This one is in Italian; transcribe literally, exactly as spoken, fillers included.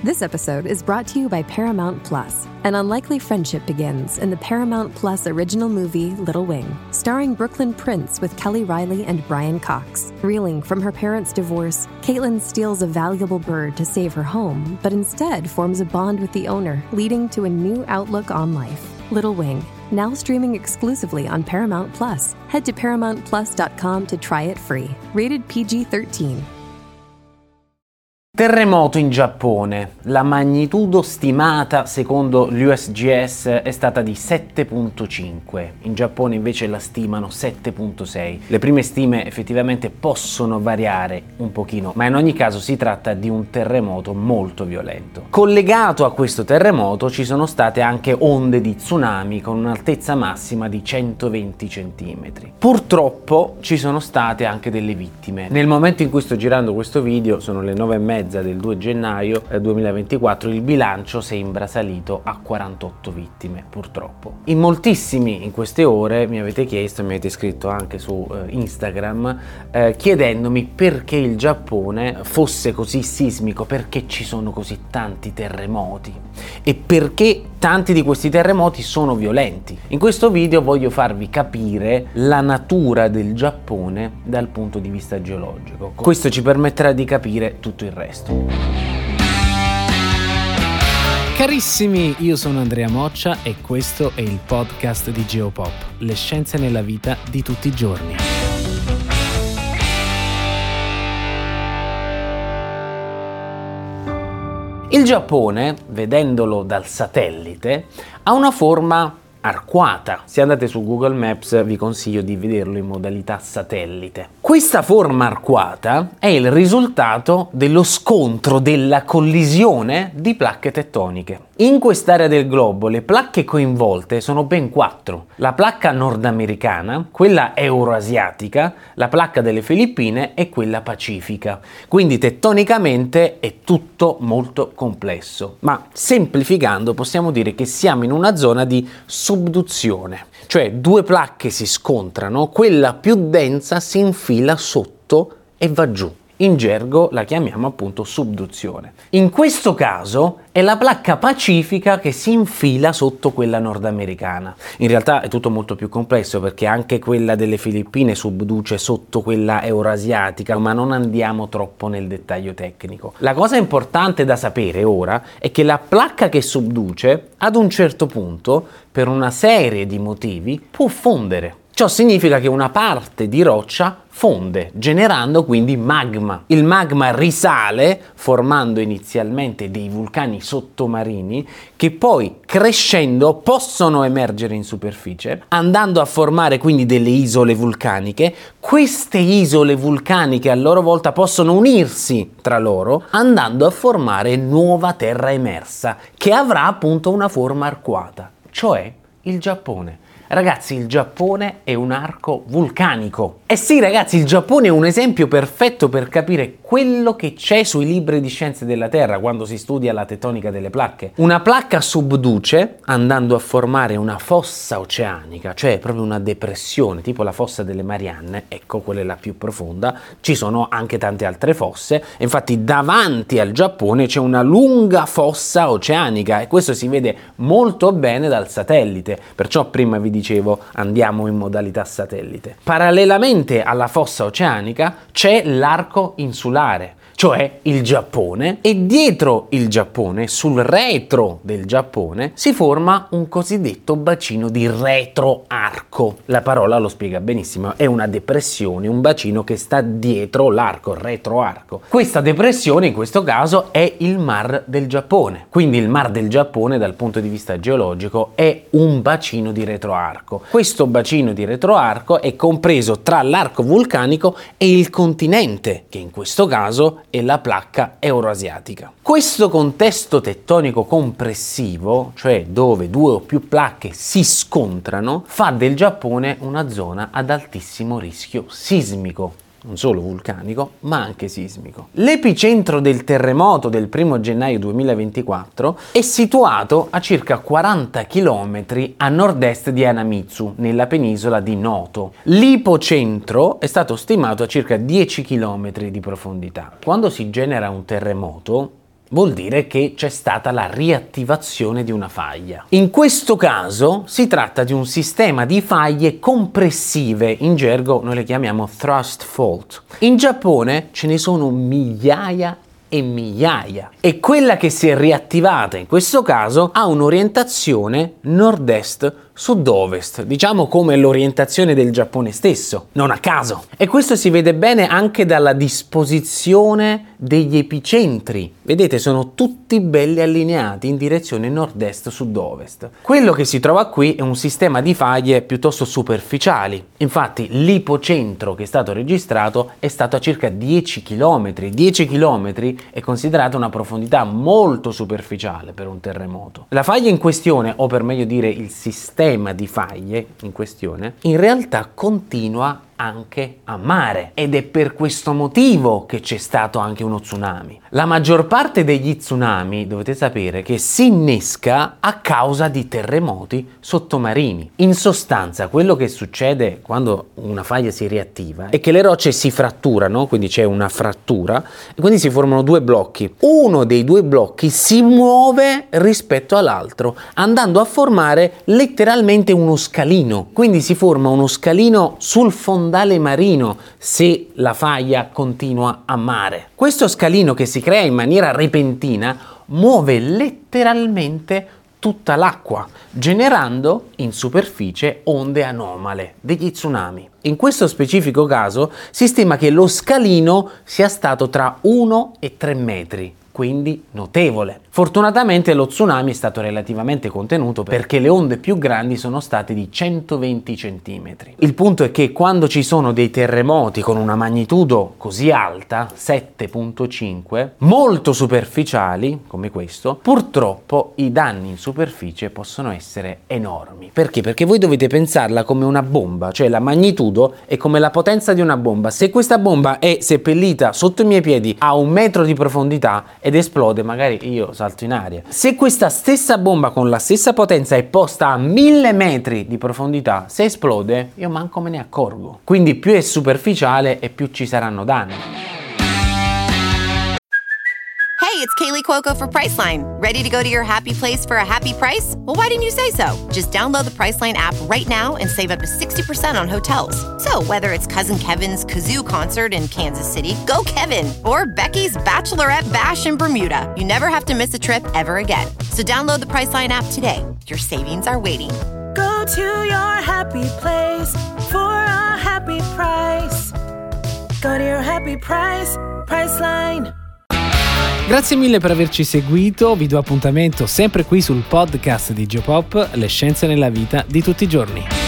This episode is brought to you by Paramount Plus. An unlikely friendship begins in the Paramount Plus original movie Little Wing, starring Brooklyn Prince with Kelly Riley and Brian Cox. Reeling from her parents' divorce, Caitlin steals a valuable bird to save her home, but instead forms a bond with the owner, leading to a new outlook on life. Little Wing, now streaming exclusively on Paramount Plus. Head to paramount plus dot com to try it free. Rated P G thirteen. Terremoto in Giappone. La magnitudo stimata secondo l'U S G S è stata di sette virgola cinque. In Giappone invece la stimano sette virgola sei. Le prime stime effettivamente possono variare un pochino, ma in ogni caso si tratta di un terremoto molto violento. Collegato a questo terremoto ci sono state anche onde di tsunami con un'altezza massima di centoventi centimetri. Purtroppo ci sono state anche delle vittime. Nel momento in cui sto girando questo video, sono le nove e mezza del due gennaio duemilaventiquattro, il bilancio sembra salito a quarantotto vittime, purtroppo. In moltissimi in queste ore mi avete chiesto, mi avete scritto anche su eh, Instagram eh, chiedendomi perché il Giappone fosse così sismico, perché ci sono così tanti terremoti e perché tanti di questi terremoti sono violenti. In questo video voglio farvi capire la natura del Giappone dal punto di vista geologico. Questo ci permetterà di capire tutto il resto. Carissimi, io sono Andrea Moccia e questo è il podcast di Geopop, le scienze nella vita di tutti i giorni. Il Giappone, vedendolo dal satellite, ha una forma arcuata. Se andate su Google Maps vi consiglio di vederlo in modalità satellite. Questa forma arcuata è il risultato dello scontro, della collisione di placche tettoniche. In quest'area del globo le placche coinvolte sono ben quattro: la placca nordamericana, quella euroasiatica, la placca delle Filippine e quella pacifica. Quindi tettonicamente è tutto molto complesso, ma semplificando possiamo dire che siamo in una zona di subduzione, cioè due placche si scontrano, quella più densa si infila sotto e va giù. In gergo la chiamiamo appunto subduzione. In questo caso è la placca pacifica che si infila sotto quella nordamericana. In realtà è tutto molto più complesso perché anche quella delle Filippine subduce sotto quella eurasiatica, ma non andiamo troppo nel dettaglio tecnico. La cosa importante da sapere ora è che la placca che subduce ad un certo punto, per una serie di motivi, può fondere. Ciò significa che una parte di roccia fonde, generando quindi magma. Il magma risale formando inizialmente dei vulcani sottomarini che poi, crescendo, possono emergere in superficie, andando a formare quindi delle isole vulcaniche. Queste isole vulcaniche a loro volta possono unirsi tra loro, andando a formare nuova terra emersa, che avrà appunto una forma arcuata, cioè il Giappone. Ragazzi, il Giappone è un arco vulcanico. Eh sì, ragazzi, il Giappone è un esempio perfetto per capire quello che c'è sui libri di scienze della Terra quando si studia la tettonica delle placche. Una placca subduce andando a formare una fossa oceanica, cioè proprio una depressione, tipo la fossa delle Marianne, ecco, quella è la più profonda. Ci sono anche tante altre fosse, infatti davanti al Giappone c'è una lunga fossa oceanica e questo si vede molto bene dal satellite, perciò prima vi dicevo andiamo in modalità satellite. Parallelamente alla fossa oceanica c'è l'arco insulare, cioè il Giappone, e dietro il Giappone, sul retro del Giappone, si forma un cosiddetto bacino di retroarco. La parola lo spiega benissimo, è una depressione, un bacino che sta dietro l'arco, retroarco. Questa depressione in questo caso è il Mar del Giappone, quindi il Mar del Giappone dal punto di vista geologico è un bacino di retroarco. Questo bacino di retroarco è compreso tra l'arco vulcanico e il continente, che in questo caso è la placca euroasiatica. Questo contesto tettonico compressivo, cioè dove due o più placche si scontrano, fa del Giappone una zona ad altissimo rischio sismico. Non solo vulcanico, ma anche sismico. L'epicentro del terremoto del primo gennaio duemilaventiquattro è situato a circa quaranta chilometri a nord-est di Hanamitsu, nella penisola di Noto. L'ipocentro è stato stimato a circa dieci chilometri di profondità. Quando si genera un terremoto, vuol dire che c'è stata la riattivazione di una faglia. In questo caso si tratta di un sistema di faglie compressive, in gergo noi le chiamiamo thrust fault. In Giappone ce ne sono migliaia e migliaia e quella che si è riattivata in questo caso ha un'orientazione nord-est sud-ovest, diciamo come l'orientazione del Giappone stesso, non a caso. E questo si vede bene anche dalla disposizione degli epicentri. Vedete, sono tutti belli allineati in direzione nord-est sud-ovest. Quello che si trova qui è un sistema di faglie piuttosto superficiali. Infatti l'ipocentro che è stato registrato è stato a circa dieci chilometri. dieci chilometri è considerata una profondità molto superficiale per un terremoto. La faglia in questione, o per meglio dire il sistema di faglie in questione, in realtà continua anche a mare ed è per questo motivo che c'è stato anche uno tsunami. La maggior parte degli tsunami, dovete sapere, che si innesca a causa di terremoti sottomarini. In sostanza, quello che succede quando una faglia si riattiva è che le rocce si fratturano, quindi c'è una frattura e quindi si formano due blocchi. Uno dei due blocchi si muove rispetto all'altro, andando a formare letteralmente uno scalino. Quindi si forma uno scalino sul fondale marino se la faglia continua a mare. Questo scalino che si crea in maniera repentina muove letteralmente tutta l'acqua, generando in superficie onde anomale, degli tsunami. In questo specifico caso si stima che lo scalino sia stato tra uno e tre metri, quindi notevole. Fortunatamente lo tsunami è stato relativamente contenuto perché le onde più grandi sono state di centoventi centimetri. Il punto è che quando ci sono dei terremoti con una magnitudo così alta, sette virgola cinque, molto superficiali come questo, purtroppo i danni in superficie possono essere enormi. Perché? Perché voi dovete pensarla come una bomba, cioè la magnitudo è come la potenza di una bomba. Se questa bomba è seppellita sotto i miei piedi a un metro di profondità ed esplode, magari io salto in aria. Se questa stessa bomba con la stessa potenza è posta a mille metri di profondità, se esplode io manco me ne accorgo. Quindi più è superficiale e più ci saranno danni. Hey, it's Kaylee Cuoco for Priceline. Ready to go to your happy place for a happy price? Well, why didn't you say so? Just download the Priceline app right now and save up to sixty percent on hotels. So whether it's Cousin Kevin's Kazoo Concert in Kansas City, go Kevin, or Becky's Bachelorette Bash in Bermuda, you never have to miss a trip ever again. So download the Priceline app today. Your savings are waiting. Go to your happy place for a happy price. Go to your happy price, Priceline. Grazie mille per averci seguito, vi do appuntamento sempre qui sul podcast di Geopop, le scienze nella vita di tutti i giorni.